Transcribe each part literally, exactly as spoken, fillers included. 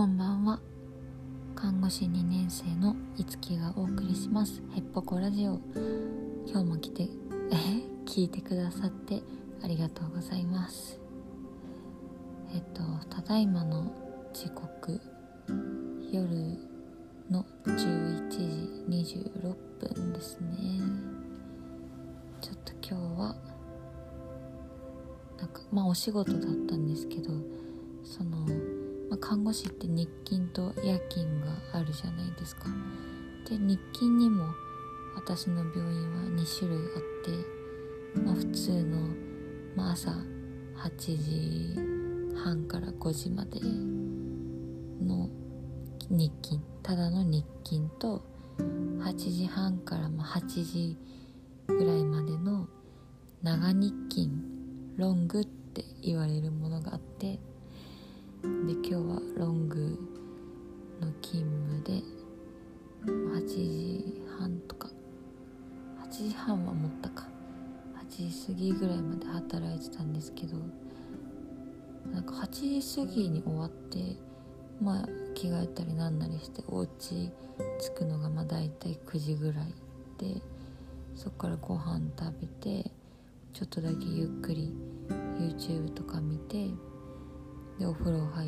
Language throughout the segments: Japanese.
こんばんは。看護師にねん生のいつきがお送りしますへっぽこラジオ。今日も来てえ聞いてくださってありがとうございます。えっとただいまの時刻夜のじゅういちじにじゅうろっぷんですね。ちょっと今日はなんかまあお仕事だったんですけど、その、まあ、看護師って日勤と夜勤があるじゃないですか。で日勤にも私の病院はに種類あって、まあ、普通の、まあ、朝はちじはんからごじまでの日勤、ただの日勤とはちじはんからまあはちじぐらいまでの長日勤、ロングって言われるものがあって、で今日はロングの勤務ではちじはんとかはちじはんは持ったかはちじ過ぎぐらいまで働いてたんですけど、なんかはちじ過ぎに終わってまあ着替えたりなんなりしてお家着くのがまあだいたいくじぐらいで、そこからご飯食べてちょっとだけゆっくり YouTube とか見て、でお風呂入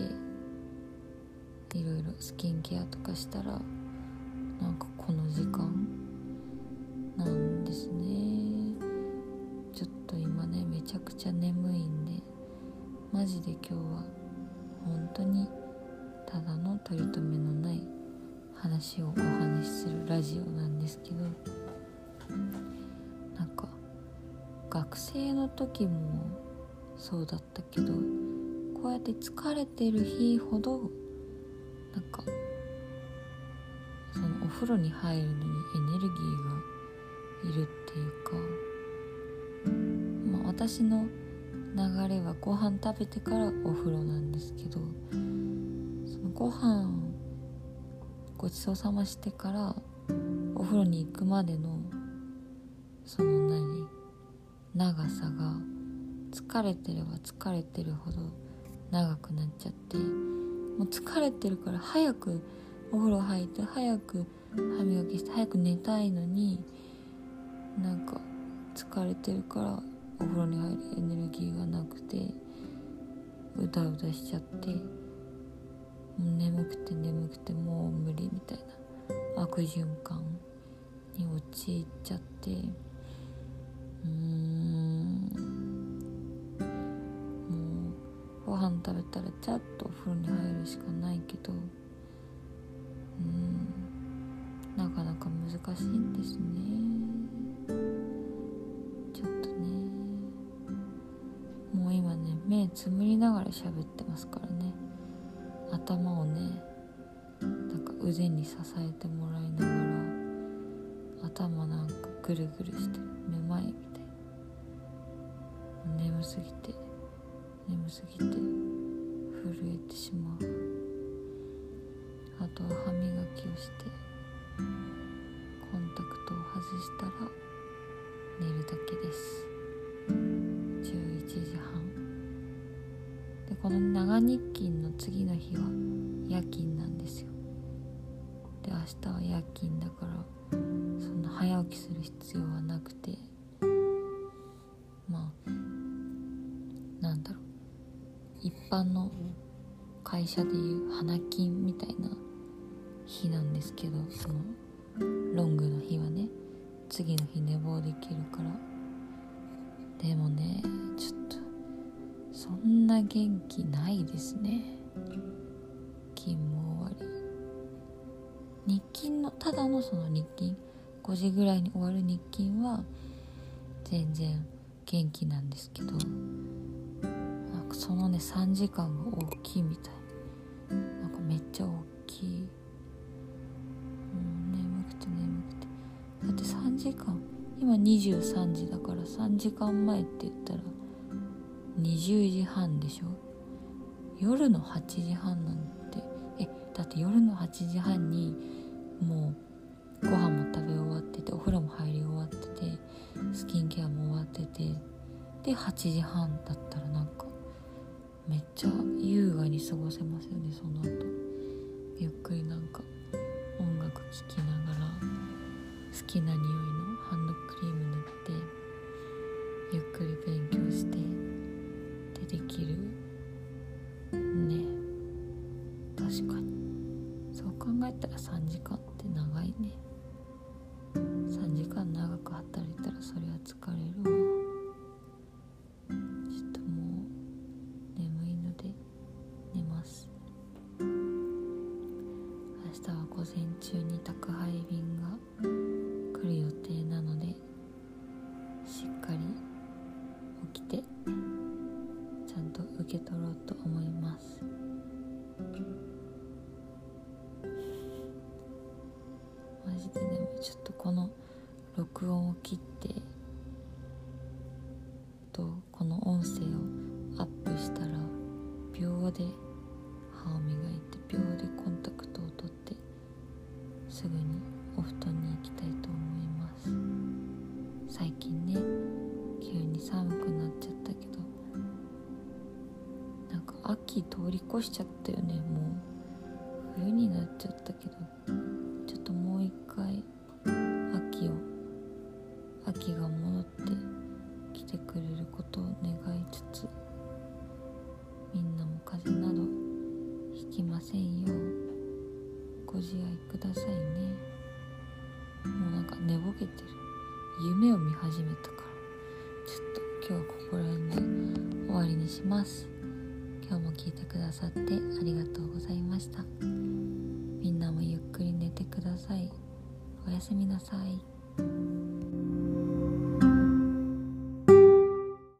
っていろいろスキンケアとかしたらなんかこの時間なんですね。ちょっと今ねめちゃくちゃ眠いんで、マジで今日は本当にただの取り留めのない話をお話しするラジオなんですけど、なんか学生の時もそうだったけど、こうやって疲れてる日ほどなんかそのお風呂に入るのにエネルギーがいるっていうか、まあ私の流れはご飯食べてからお風呂なんですけど、そのご飯ごちそうさましてからお風呂に行くまでのその何長さが、疲れてれば疲れてるほど長くなっちゃって、もう疲れてるから早くお風呂入って早く歯磨きして早く寝たいのに、なんか疲れてるからお風呂に入るエネルギーがなくてうだうだしちゃって、もう眠くて眠くてもう無理みたいな悪循環に陥っちゃって、うーんもうご飯食べたらちゃっとお風呂に入るしかないけど、うーんなかなか難しいんですね。ちょっとね、もう今ね目つむりながら喋ってますからね。頭をねなんか腕に支えてもらいながら頭なんかぐるぐるしてる、めまいみたいな、眠すぎて眠すぎて震えてしまう。あとは歯磨きをしてコンタクトを外したら寝るだけです。じゅういちじはんで、この長日勤の次の日は夜勤なんですよ。で明日は夜勤だからそんな早起きする必要はなくて、まあなんだろう、一般の会社でいう花金みたいな日なんですけど、そのロングの日はね次の日寝坊できるから。でもねちょっとそんな元気ないですね。勤務終わり日勤のただのその日勤ごじぐらいに終わる日勤は全然元気なんですけど、なんかそのねさんじかんが大きいみたい、なんかめっちゃ大きい。もう眠くて眠くて、だってさんじかん、今にじゅうさんじだからさんじかんまえって言ったらにじゅうじはんでしょ。夜のはちじはんなんて、えだって夜のはちじはんにもうご飯も食べ終わっててお風呂も入り終わっててスキンケアも終わってて、ではちじはんだったらなんかめっちゃ優雅にに過ごせますよね。その後ゆっくりなんか音楽聴きながら好きな匂いのハンドクリーム塗ってゆっくり勉強してでできるね。確かにそう考えたらさんじかんって長いね。さんじかん長く働いたらそれは疲れるわ。ちょっともう眠いので寝ます。明日は午前中に宅配便が来る予定なのでしっかり起きてちゃんと受け取ろうと思います。マジでね、ちょっとこの録音を切ってとこの音声をアップしたら秒で歯を磨いて秒でコンタクトを取ってすぐにお布団に行きたいと思います。最近ね急に寒くなっちゃったけどなんか秋通り越しちゃったよね。もう冬になっちゃったけどちょっともう一回秋を秋が戻ってきてくれることを願いつつみんなも風邪などひきませんようご自愛くださいね。もうなんか寝ぼけてる。夢を見始めたからちょっと今日はここら辺で終わりにします。今日も聞いてくださってありがとうございました。みんなもゆっくり寝てください。おやすみなさい。